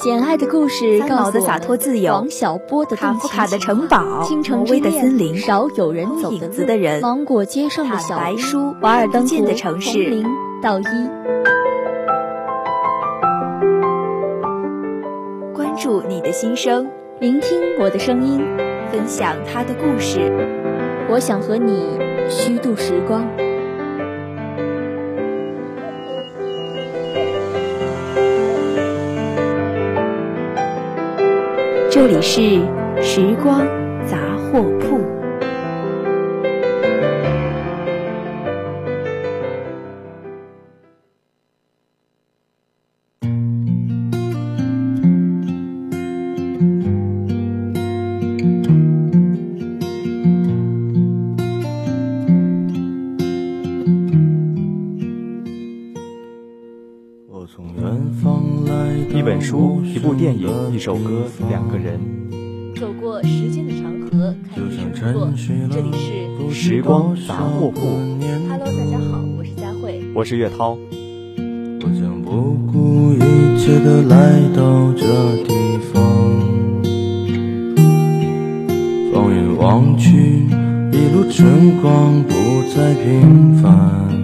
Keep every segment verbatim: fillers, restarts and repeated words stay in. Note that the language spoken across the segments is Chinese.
简爱的故事告诉我们， 三毛的洒脱自由， 王小波的卡夫卡的城堡， 倾城之恋的森林， 少有人走影子的人， 芒果街上的小白书， 瓦尔登湖的城市， 从零到一。 关注你的心声， 聆听我的声音， 分享他的故事。 我想和你虚度时光。 这里是时光杂货铺。 一本书，一部电影，一首歌，两个人， 走过时间的长河，看一生过。这里是时光杂货铺。 Hello， 大家好，我是佳慧， 我是岳涛。 我将不顾一切的来到这地方，放眼望去，一路晨光不再平凡。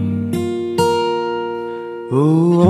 哦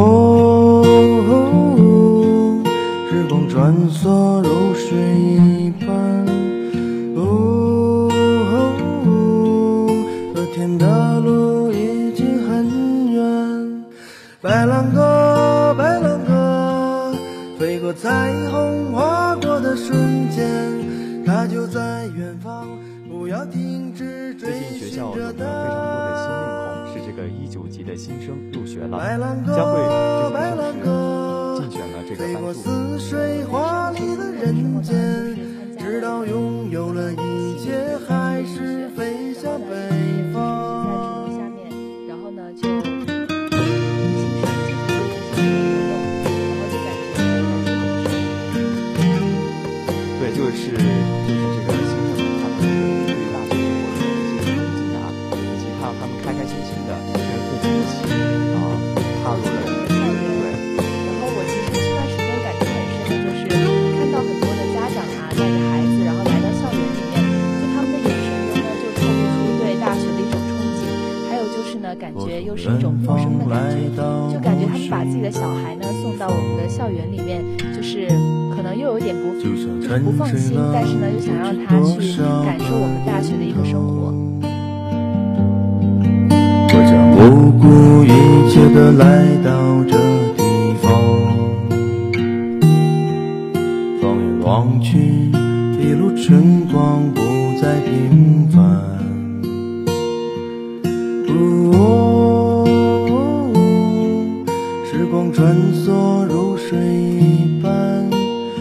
哦，时光穿梭如水一般。哦哦，昨天的路已经很远。白兰鸽，白兰鸽，飞过彩虹，划过的瞬间，它就在远方。不要停止追寻着它。 这个一九级的新生入学了， 白兰将会鸽，白兰鸽， 竞选了这个飞过班数。 似水华丽的人间，直到拥有了一切，还是飞向北方。 下面，然后呢就， 对，就是就是这个新生他们对于大学生活的一些憧憬啊，以及还有他们开开心心的跟父母一起啊踏入了校园。对， 然后我其实这段时间感触很深的就是看到很多的家长啊带着孩子，然后来到校园里面，就他们的眼神中呢就透露出对大学的一种憧憬，还有就是呢感觉又是一种陌生的感觉，就感觉他们把自己的小孩呢送到我们的校园里面，就是可能又有点不不放心，但是呢又想让他去感受我们大学的一个生活。 我将不顾一切的来到这地方，放眼望去，一路晨光不再平凡。哦，时光穿梭如水一般。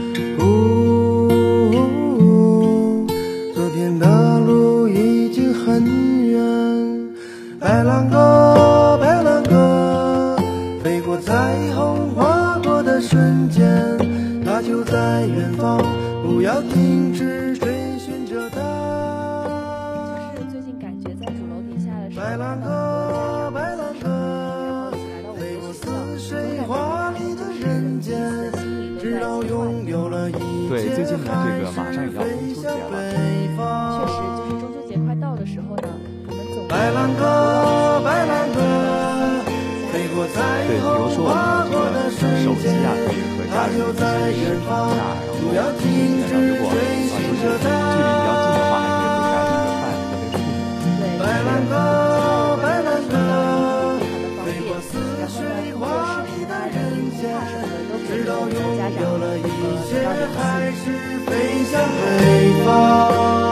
哦，昨天的路已经很远。白兰鸽，白兰鸽，飞过彩虹，划过的瞬间，它就在远方，不要停止追寻着它。 就是最近感觉在主楼底下的时候， 白兰鸽，白兰鸽，飞过似水华丽的人间，直到拥有了一对，最切， 近呢这个马上也要中秋节了。 确实就是中秋节快到的时候呢，我们总白兰鸽，白兰鸽，飞过彩对，比如虹， 说我划们过的这瞬个手机啊， 间， 可以和家它人一就在起视频远方， 啊，然后不要停止如果啊追寻就是着它。 距离比较近的话，还可以回家吃个饭，特别父母。 对白兰鸽，白兰鸽，飞过似水华丽的人间，直到拥有了一切，还是飞向北方。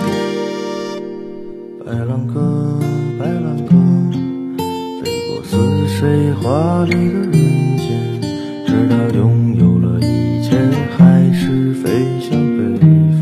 白兰鸽，白兰鸽，飞过似水华丽的人间，直到拥有了一切，还是飞向北方。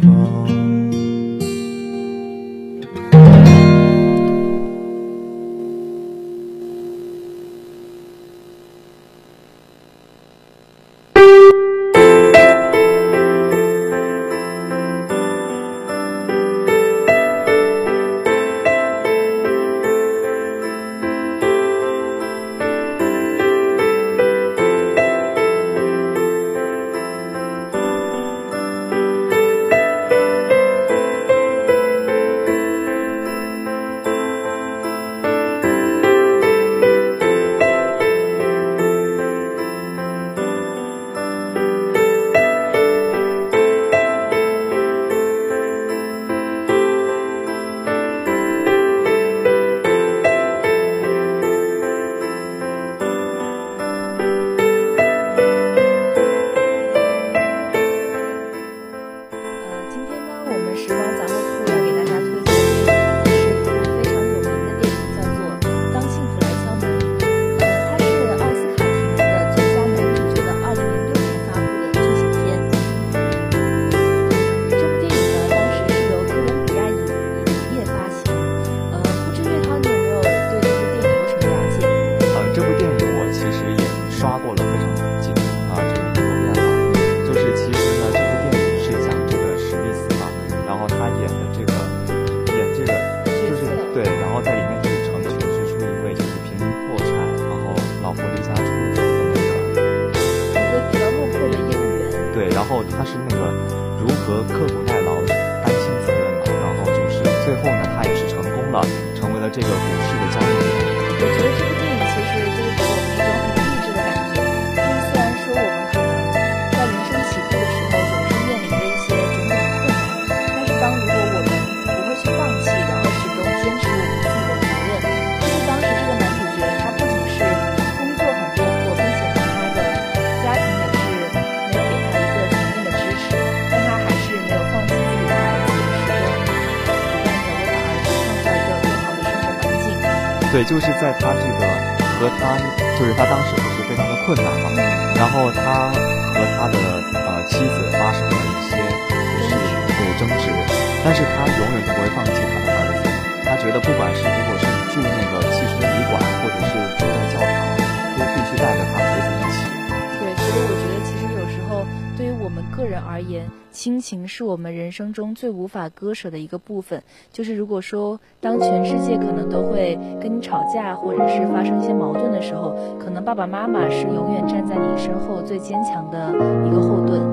时光杂货铺要给大家推荐的电影是一部非常有名的电影，叫做《当幸福来敲门》。呃，它是奥斯卡提名的最佳男主角的二零零六年发布的剧情片。这部电影呢，当时是由哥伦比亚影影业发行。呃，不知岳涛，你有没有对这部电影有什么了解？ 呃，这部电影我其实也刷过了非常多遍啊，就是很多遍了。就是其实呢，这部电影是讲这个史密斯嘛，然后他演的这个演这个就是对，然后在里面就是呈诠释出一位就是濒临破产，然后老婆离家出走的那个一个比较落魄的业务员。 对，然后他是那个如何刻苦耐劳、担心责任嘛，然后就是最后呢，他也是成功了，成为了这个股市的交易员。 我觉得这部电影其实就是给我们一种很励志的感觉，就是虽然说我们可能在人生起步的时候总是面临着一些种种的困难，但是当如果我们不会去放弃，然后始终坚持我们自己的责任，就是当时这个男主角他不仅是工作很落魄，并且呢他的家庭也是没有给他一个全面的支持，但他还是没有放弃自己的孩子，始终不断的为他儿子创造一个更好的生活环境。 对，就是在他这个和他就是他当时不是非常的困难嘛，然后他和他的呃妻子发生了一些就是对争执，但是他永远都不会放弃他的儿子，他觉得不管是如果是住那个汽车旅馆，或者是住在教堂，都必须带着他儿子一起。 对，所以我觉得其实有时候对于我们个人而言，亲情是我们人生中最无法割舍的一个部分。就是如果说当全世界可能都会跟你吵架，或者是发生一些矛盾的时候，可能爸爸妈妈是永远站在你身后最坚强的一个后盾。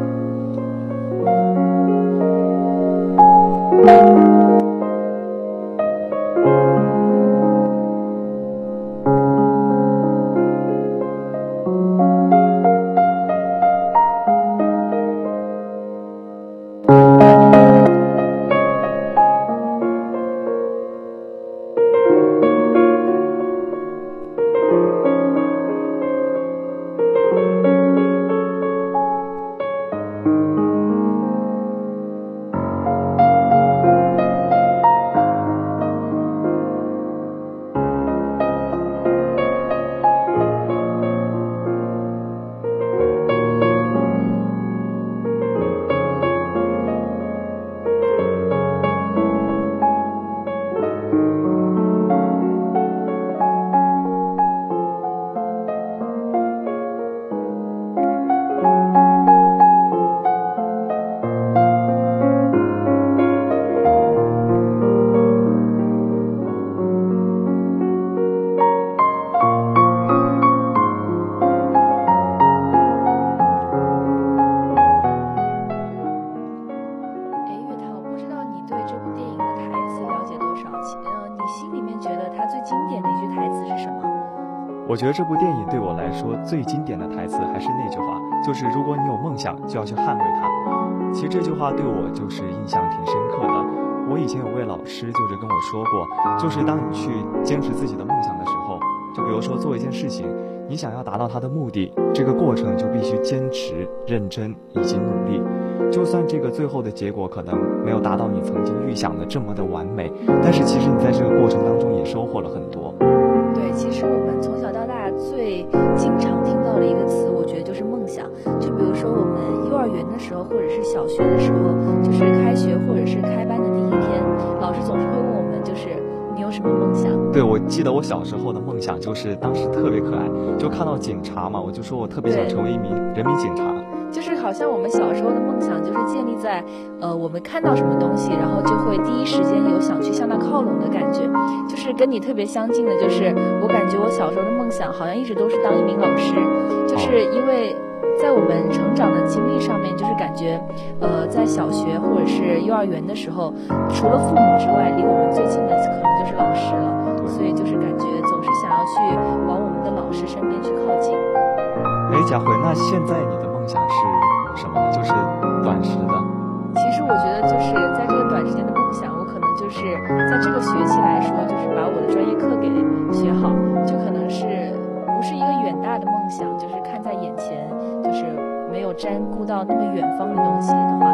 我觉得这部电影对我来说最经典的台词还是那句话，就是如果你有梦想，就要去捍卫它。其实这句话对我就是印象挺深刻的。我以前有位老师就是跟我说过，就是当你去坚持自己的梦想的时候，就比如说做一件事情，你想要达到它的目的，这个过程就必须坚持、认真以及努力。就算这个最后的结果可能没有达到你曾经预想的这么的完美，但是其实你在这个过程当中也收获了很多。 对，其实我们从小到大最经常听到的一个词，我觉得就是梦想。就比如说我们幼儿园的时候，或者是小学的时候，就是开学或者是开班的第一天，老师总是会问我们，就是你有什么梦想？ 对，我记得我小时候的梦想就是当时特别可爱，就看到警察嘛，我就说我特别想成为一名人民警察。 就是好像我们小时候的梦想就是建立在呃我们看到什么东西，然后就会第一时间有想去向它靠拢的感觉。就是跟你特别相近的，就是我感觉我小时候的梦想好像一直都是当一名老师，就是因为在我们成长的经历上面，就是感觉呃在小学或者是幼儿园的时候，除了父母之外，离我们最近的可能就是老师了，所以就是感觉总是想要去往我们的老师身边去靠近。 哎，佳慧，那现在你的梦想是什么呢？就是短时的。 其实我觉得就是在这个短时间的梦想，我可能就是在这个学期来说，就是把我的专业课给学好，就可能是不是一个远大的梦想，就是看在眼前，就是没有沾顾到那么远方的东西的话，就是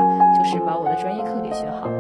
就是把我的专业课给学好。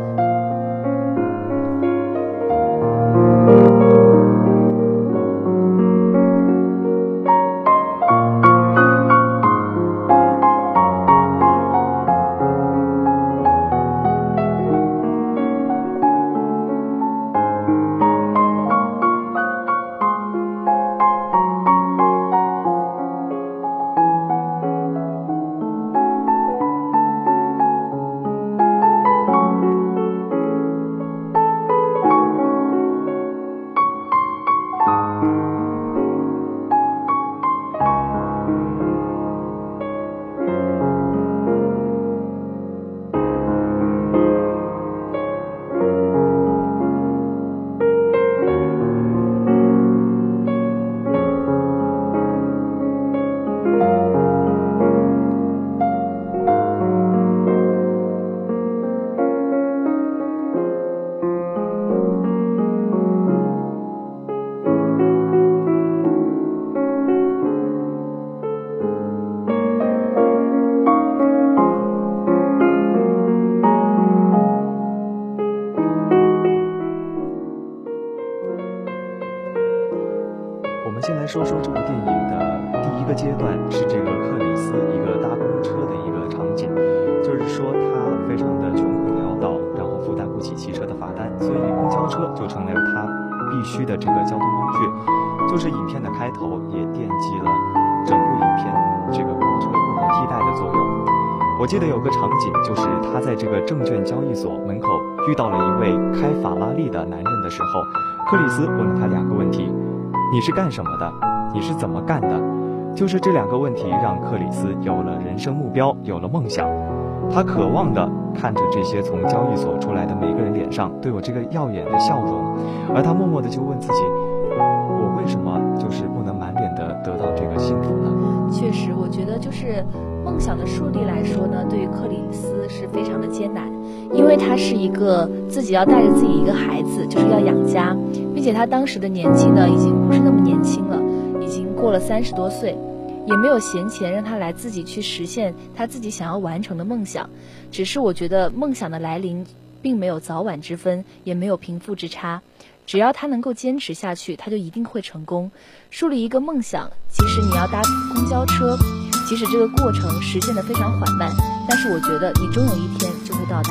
说说这部电影的第一个阶段是这个克里斯一个搭公车的一个场景，就是说他非常的穷困潦倒，然后负担不起汽车的罚单，所以公交车就成了他必须的这个交通工具。就是影片的开头也奠基了整部影片这个公车不可替代的作用。我记得有个场景，就是他在这个证券交易所门口遇到了一位开法拉利的男人的时候，克里斯问了他两个问题：你是干什么的？你是怎么干的？就是这两个问题让克里斯有了人生目标，有了梦想。他渴望的看着这些从交易所出来的每个人脸上都有这个耀眼的笑容，而他默默的就问自己，我为什么就是不能满脸的得到这个幸福呢？ 确实，我觉得就是梦想的树立来说呢，对于克里斯是非常的艰难，因为他是一个自己要带着自己一个孩子，就是要养家，并且他当时的年纪呢已经不是那么年轻了，已经过了三十多岁，也没有闲钱让他来自己去实现他自己想要完成的梦想。只是我觉得梦想的来临并没有早晚之分，也没有贫富之差，只要他能够坚持下去，他就一定会成功。树立一个梦想，即使你要搭公交车，即使这个过程实现得非常缓慢，但是我觉得你终有一天就会到达。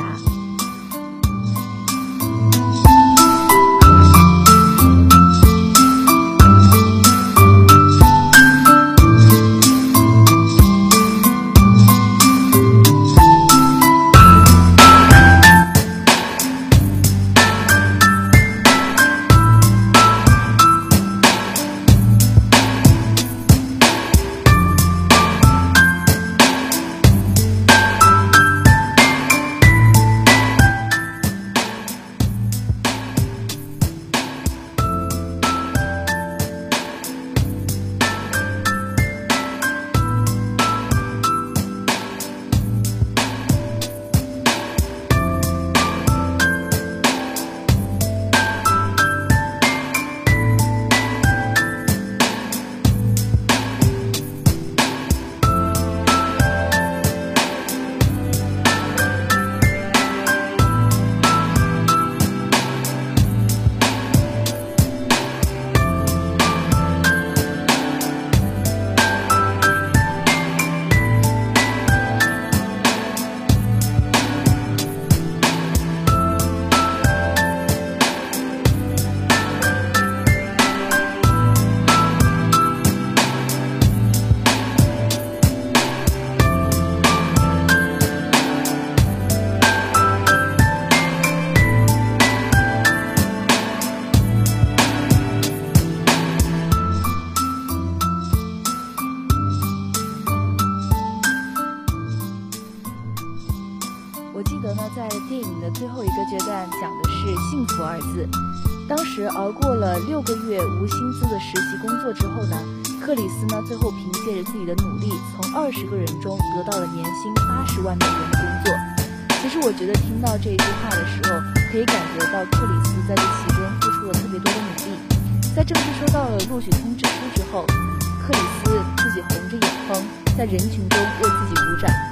最后一个阶段讲的是幸福二字。当时熬过了六个月无薪资的实习工作之后呢，克里斯呢最后凭借着自己的努力，从二十个人中得到了年薪八十万美元的工作。其实我觉得听到这一句话的时候，可以感觉到克里斯在这其中付出了特别多的努力。在正式收到了录取通知书之后，克里斯自己红着眼眶在人群中为自己鼓掌。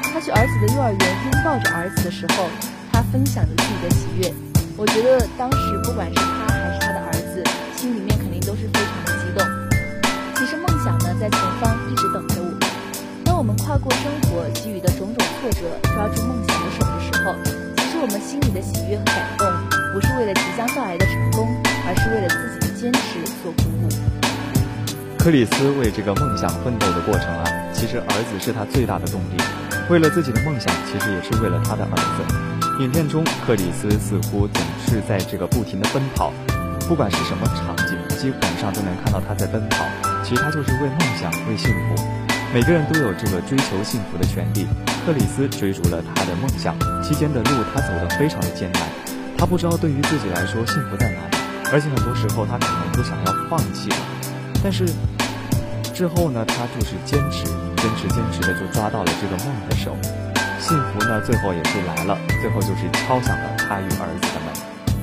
他去儿子的幼儿园拥抱着儿子的时候，他分享着自己的喜悦。我觉得当时不管是他还是他的儿子，心里面肯定都是非常的激动。其实梦想呢，在前方一直等着我们。当我们跨过生活给予的种种挫折，抓住梦想的手的时候，其实我们心里的喜悦和感动，不是为了即将到来的成功，而是为了自己的坚持所鼓舞。 克里斯为这个梦想奋斗的过程啊，其实儿子是他最大的动力。为了自己的梦想，其实也是为了他的儿子。影片中，克里斯似乎总是在这个不停的奔跑，不管是什么场景，基本上都能看到他在奔跑。其实他就是为梦想，为幸福。每个人都有这个追求幸福的权利。克里斯追逐了他的梦想，期间的路他走得非常的艰难。他不知道对于自己来说幸福在哪里，而且很多时候他可能都想要放弃了。但是之后呢，他就是坚持坚持坚持的就抓到了这个梦的手，幸福呢最后也是来了，最后就是敲响了他与儿子的门。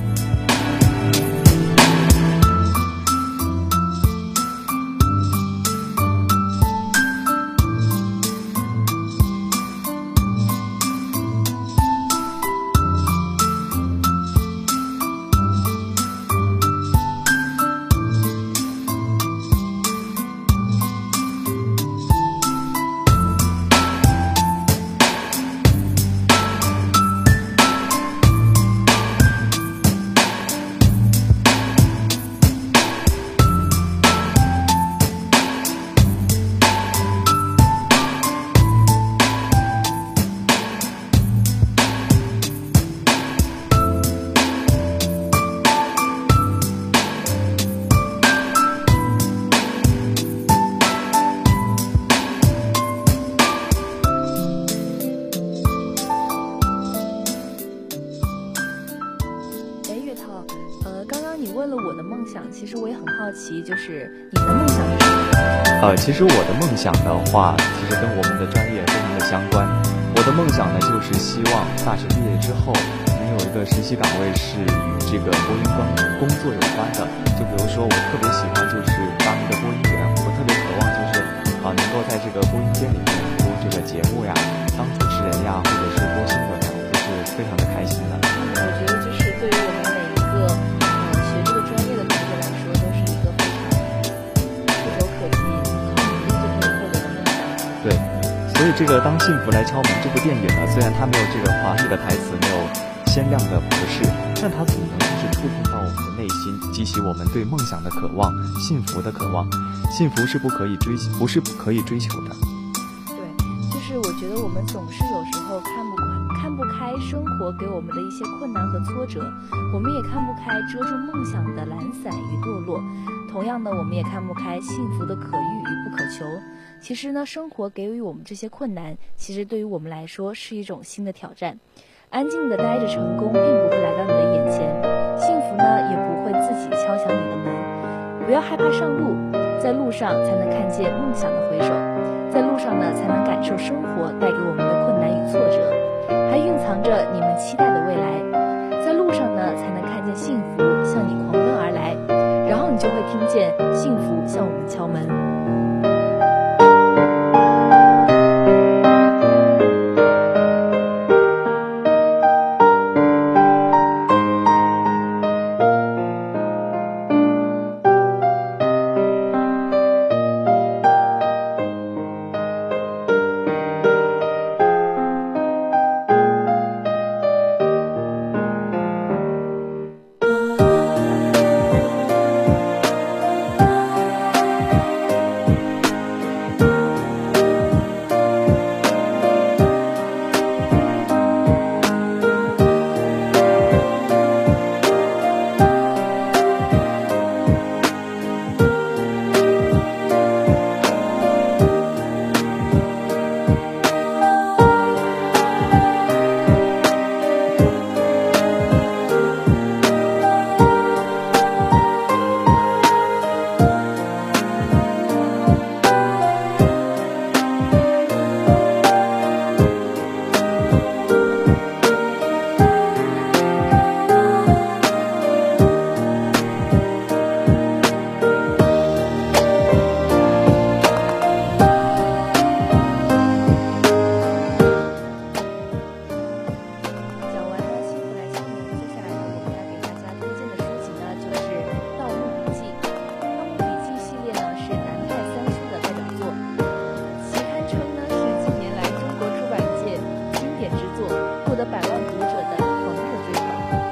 其实我也很好奇，就是你的梦想是什么？ 呃，其实我的梦想的话，其实跟我们的专业非常的相关。我的梦想呢，就是希望大学毕业之后能有一个实习岗位是与这个播音工工作有关的。就比如说，我特别喜欢就是当一个播音员，我特别渴望就是啊、呃、能够在这个播音间里面播这个节目呀，当主持人呀，或者是播新闻呀，都是非常的开心的。 我觉得就是对于我们每一个呃学这个专业的同学来说，都是一个非常触手可及、靠努力就可以获得的梦想。 对，所以这个当幸福来敲门这部电影呢，虽然它没有这个华丽的台词，没有鲜亮的服饰，但它总能就是触碰到我们的内心，激起我们对梦想的渴望、幸福的渴望。幸福是不可以追，不是不可以追求的。 对，就是我觉得我们总是有时候看不看不开生活给我们的一些困难和挫折，我们也看不开遮住梦想的懒散与堕落。同样呢，我们也看不开幸福的可遇与不可求。其实呢，生活给予我们这些困难，其实对于我们来说是一种新的挑战。安静地待着，成功并不会来到你的眼前，幸福呢也不会自己敲响你的门。不要害怕上路，在路上才能看见梦想的回首，在路上呢才能感受生活带给我们的困难与挫折，还蕴藏着你们期待的未来。在路上呢才能看见幸福向你狂奔而来，然后你就会听见幸福向我们敲门。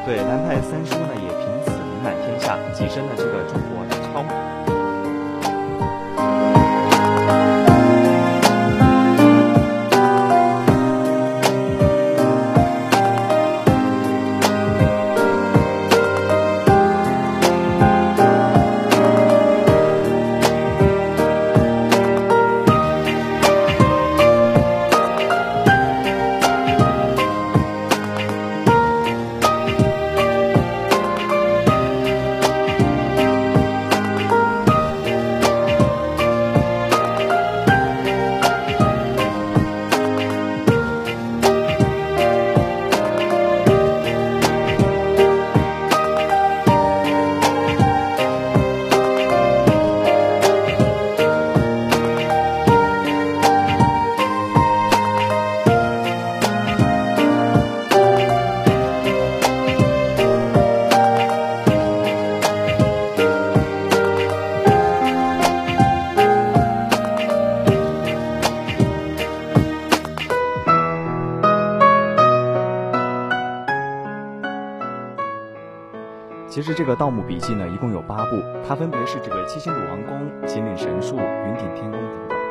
对，南派三叔呢也凭此名满天下，跻身了这个中国超。其实这个《盗墓笔记》呢，一共有八部，它分别是这个七星鲁王宫、秦岭神树、云顶天宫等等。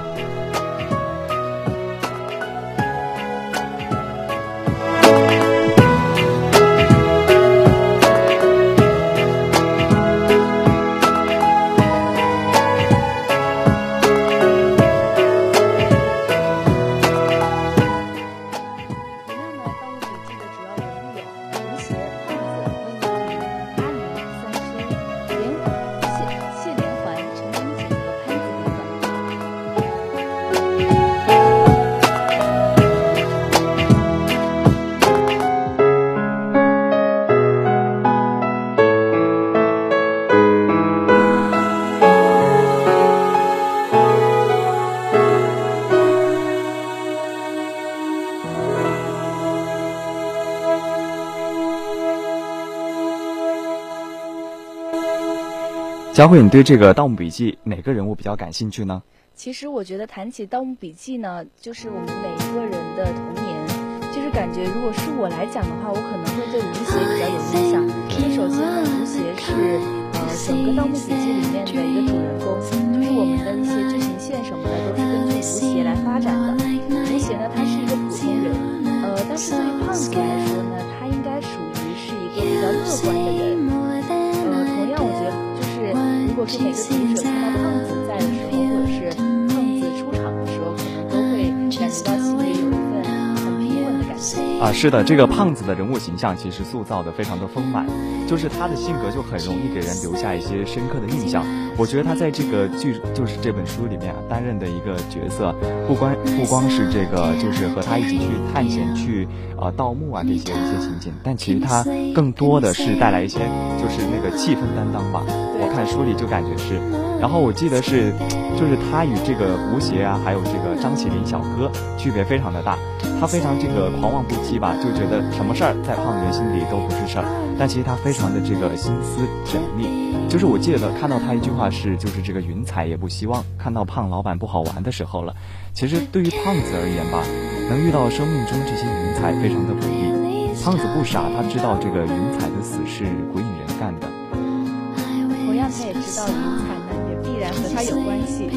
佳慧，你对这个《盗墓笔记》哪个人物比较感兴趣呢？ 其实我觉得谈起《盗墓笔记》呢，就是我们每一个人的童年，就是感觉如果是我来讲的话，我可能会对吴邪比较有印象。因为首先呢，吴邪是呃整个《盗墓笔记》里面的一个主人公，就是我们的一些剧情线什么的都是根据吴邪来发展的。吴邪呢，他是一个普通人，呃，但是对于胖子来说呢，他应该属于是一个比较乐观的人。呃，同样我觉得。如果是每个读者看到胖子在的时候，或者是胖子出场的时候，可能都会感觉到心里有一份很平稳的感觉啊。是的，这个胖子的人物形象其实塑造的非常的丰满，就是他的性格就很容易给人留下一些深刻的印象。我觉得他在这个剧就是这本书里面啊担任的一个角色，不光不光是这个就是和他一起去探险去呃盗墓啊这些一些情景，但其实他更多的是带来一些就是那个气氛担当吧。我看书里就感觉是，然后我记得是，就是他与这个吴邪啊，还有这个张起灵小哥区别非常的大。他非常这个狂妄不羁吧，就觉得什么事儿在胖人心里都不是事儿，但其实他非常的这个心思缜密。就是我记得看到他一句话是，就是这个云彩也不希望看到胖老板不好玩的时候了。其实对于胖子而言吧，能遇到生命中这些云彩非常的不易。胖子不傻，他知道这个云彩的死是鬼影人干的。 同样他也知道云彩呢也必然和他有关系。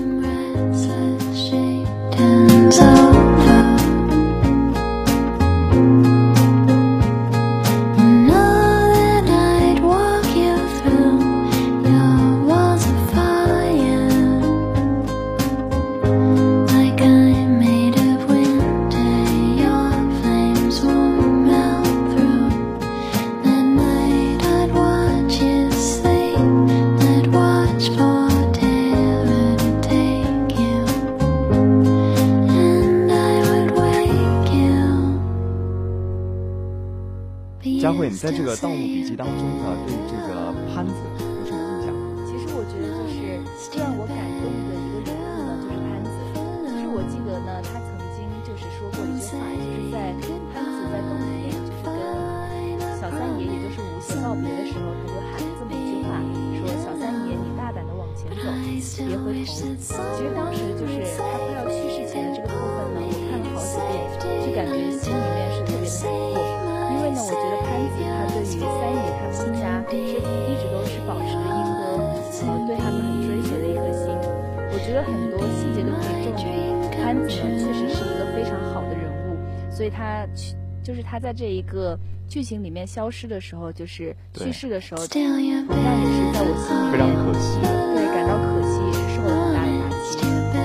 佳慧，你在这个《盗墓笔记》当中呢，对这个潘子有什么印象？ 其实我觉得就是最让我感动的一个人物呢，就是潘子。就是我记得呢，他曾经就是说过一句话，就是在潘子在洞里面，就是跟小三爷，也就是吴邪告别的时候，他就喊了这么一句话，说：“小三爷，你大胆的往前走，别回头。”其实当时就是他快要去世前的这个部分呢，我看了好几遍，就感觉心里面是特别的难过。因为呢，我觉得潘子他安子呢确实是一个非常好的人物，所以他就是他在这一个剧情里面消失的时候，就是去世的时候，同样也是在我心里面非常可惜的， 对，感到可惜，也是受了很大的打击。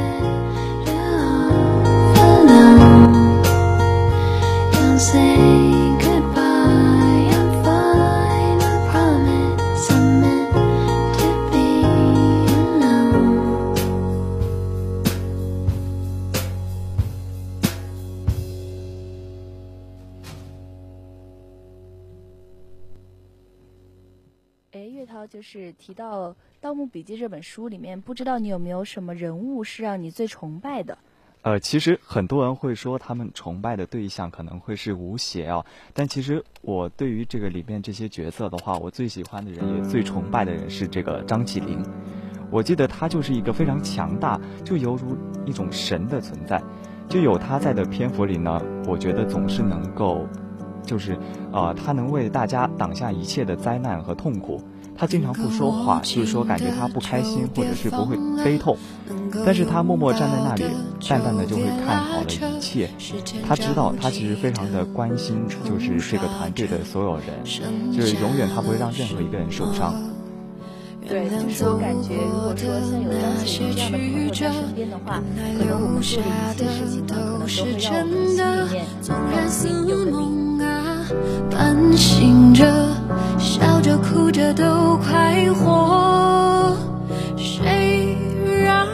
哎，岳涛，就是提到《盗墓笔记》这本书里面，不知道你有没有什么人物是让你最崇拜的？ 呃，其实很多人会说他们崇拜的对象可能会是吴邪啊，但其实我对于这个里面这些角色的话，我最喜欢的人也最崇拜的人是这个张起灵。我记得他就是一个非常强大，就犹如一种神的存在。就有他在的篇幅里呢，我觉得总是能够，就是呃，他能为大家挡下一切的灾难和痛苦。他经常不说话，就是说感觉他不开心或者是不会悲痛，但是他默默站在那里，淡淡的就会看好了一切。他知道他其实非常的关心，就是这个团队的所有人，就是永远他不会让任何一个人受伤。 对，就是我感觉，如果说像有张起灵这样的朋友在身边的话，可能我们做的一切事情呢，可能都会让我们心里面放心有个底。 半醒着，笑着哭着都快活，谁让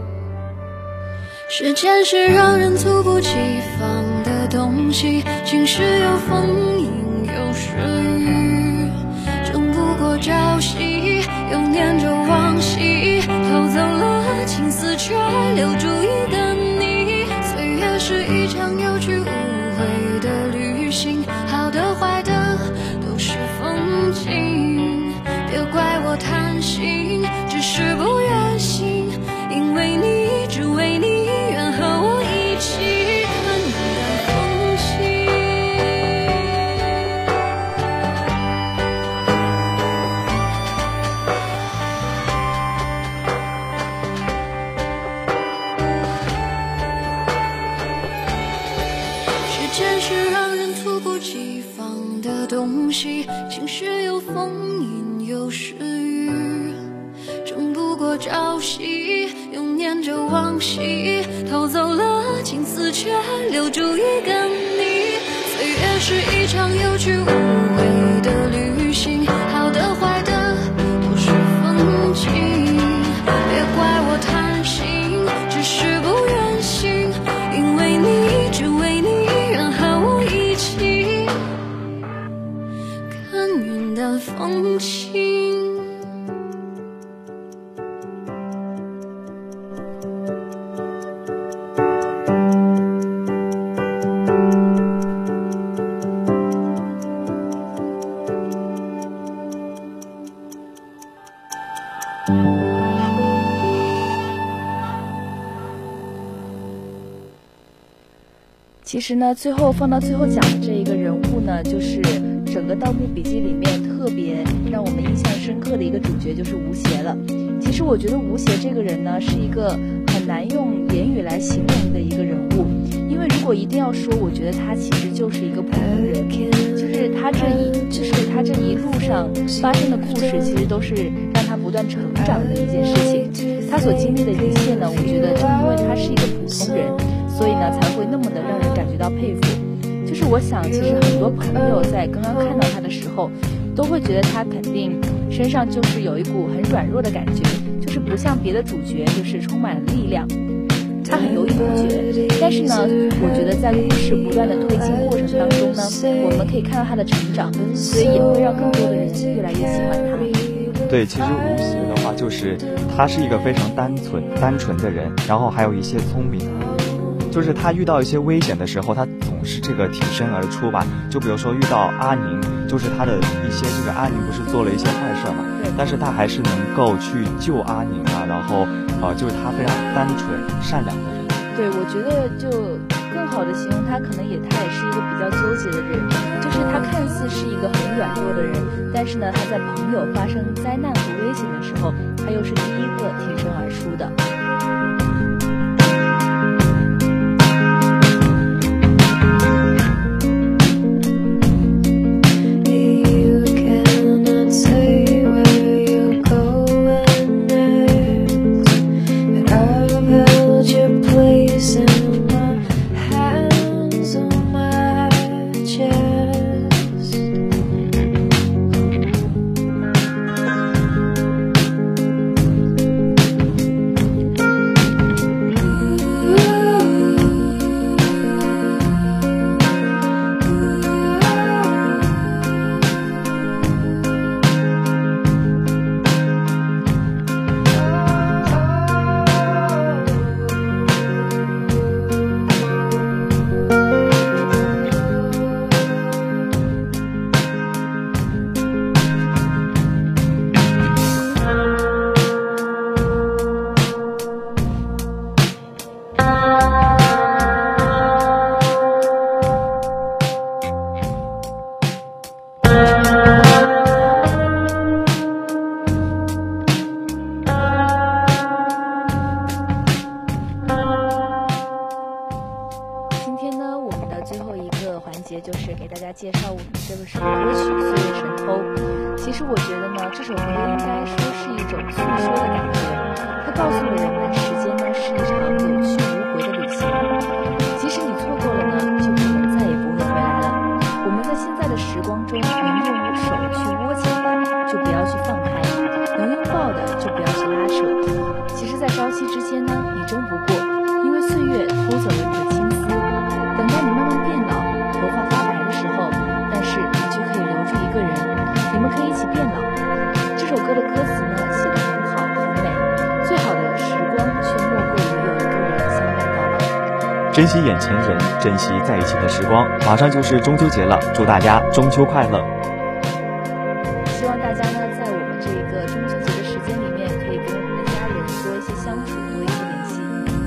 时间是让人猝不及防的东西，晴时有风阴有时雨，争不过朝夕，又念着往昔，偷走了青丝却留住一个你。岁月是一场有去无回的旅行，好的坏的都是风景，别怪我贪心，只是不愿醒，因为你，只为你愿和我一起看云淡风轻。时间是让人猝不及防的东西，晴时有风阴有时雨，争不过朝夕，又念着往昔，偷走了青丝却留住一个你。岁月是一场有去无回的旅行，好的坏的都是风景，别怪我贪心，只是不愿醒，因为你，只为你愿和我一起看云淡风轻。 其实呢，最后放到最后讲的这一个人物呢，就是整个《盗墓笔记》里面特别让我们印象深刻的一个主角，就是吴邪了。其实我觉得吴邪这个人呢，是一个很难用言语来形容的一个人物，因为如果一定要说，我觉得他其实就是一个普通人，就是他这一，就是他这一路上发生的故事，其实都是让他不断成长的一件事情。他所经历的一切呢，我觉得正因为他是一个普通人，所以呢才会那么的让人感觉到佩服。就是我想其实很多朋友在刚刚看到他的时候都会觉得他肯定身上就是有一股很软弱的感觉，就是不像别的主角就是充满了力量，他很犹豫不决。但是呢我觉得在故事不断的推进过程当中呢，我们可以看到他的成长，所以也会让更多的人越来越喜欢他。 对，其实吴邪的话就是他是一个非常单纯单纯的人，然后还有一些聪明，就是他遇到一些危险的时候，他总是这个挺身而出吧。就比如说遇到阿宁，就是他的一些这个阿宁不是做了一些坏事嘛，但是他还是能够去救阿宁啊，然后呃，就是他非常单纯善良的人。 对，我觉得就更好的形容他，可能也他也是一个比较纠结的人，就是他看似是一个很软弱的人，但是呢他在朋友发生灾难和危险的时候，他又是第一个挺身而出的。 岁月神偷》。其实我觉得呢，这首歌应该说是一种诉说的感觉，它告诉了人们，时间呢是一场有去无回的旅行，即使你错过了呢，就可能再也不会回来了。我们在现在的时光中，能用手去握紧的，就不要去放开；能拥抱的，就不要去拉扯。其实，在朝夕之间呢，你争不过，因为岁月偷走了你的青丝。等到你慢慢变老，头发发白的时候，但是你却可以留住一个人，你们可以一起变老。这首歌的歌词呢，写得很好很美，最好的时光却莫过于有一个人相伴到老。 珍惜眼前人，珍惜在一起的时光。马上就是中秋节了，祝大家中秋快乐！ 希望大家呢，在我们这个中秋节的时间里面，可以跟我们的家人多一些相处，多一些联系。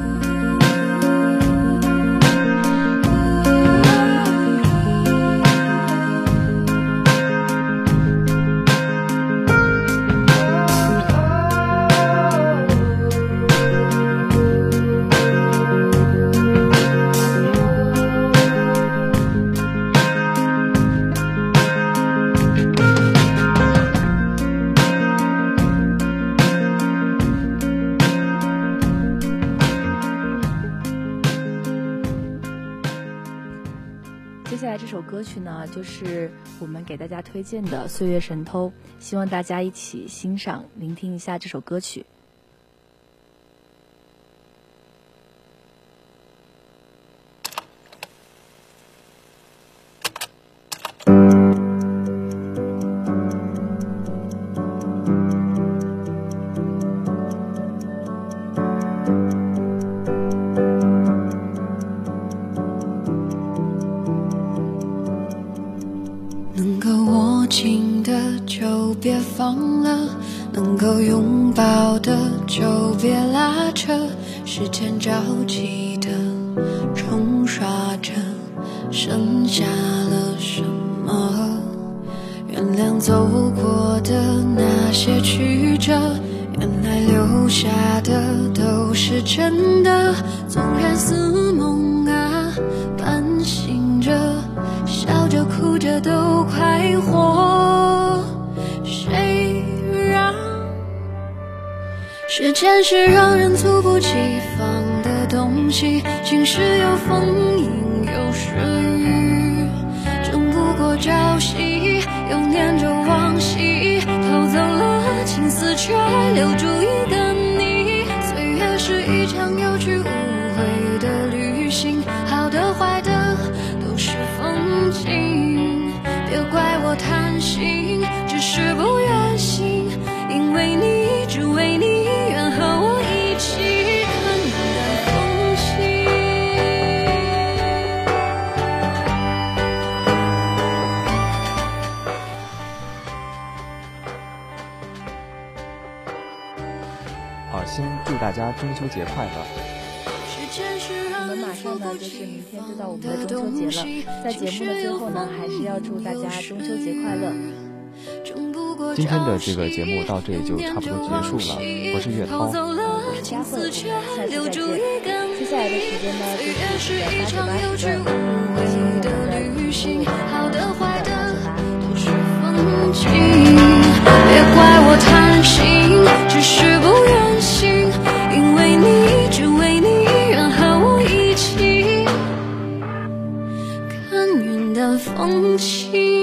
接下来这首歌曲呢，就是我们给大家推荐的《岁月神偷》，希望大家一起欣赏、聆听一下这首歌曲。 能够握紧的就别放了，能够拥抱的就别拉扯，时间着急的冲刷着，剩下了什么？原谅走过的那些曲折，原来留下的都是真的，纵然似梦啊，半醒着，笑着哭着都快活。谁让时间是让人猝不及防的东西，晴时有风阴有时雨，争不过朝夕，又念着往昔，偷走了青丝却留住一个你。岁月是一场有去无回的旅行，好的坏的都是风景，别怪我贪心，只是不愿醒，因为你只为你愿和我一起看淡风轻。 好，先祝大家中秋节快乐！ 我们马上呢就是明天就到我们的中秋节了，在节目的最后呢，还是要祝大家中秋节快乐。 今天的这个节目到这里就差不多结束了，我是岳涛， 我是佳慧，下次再见。接下来的时间呢，就是在八九八十段，请我们的好的坏的都是风景，别怪我贪心，只是不愿醒，因为你只为你愿和我一起看云淡风轻。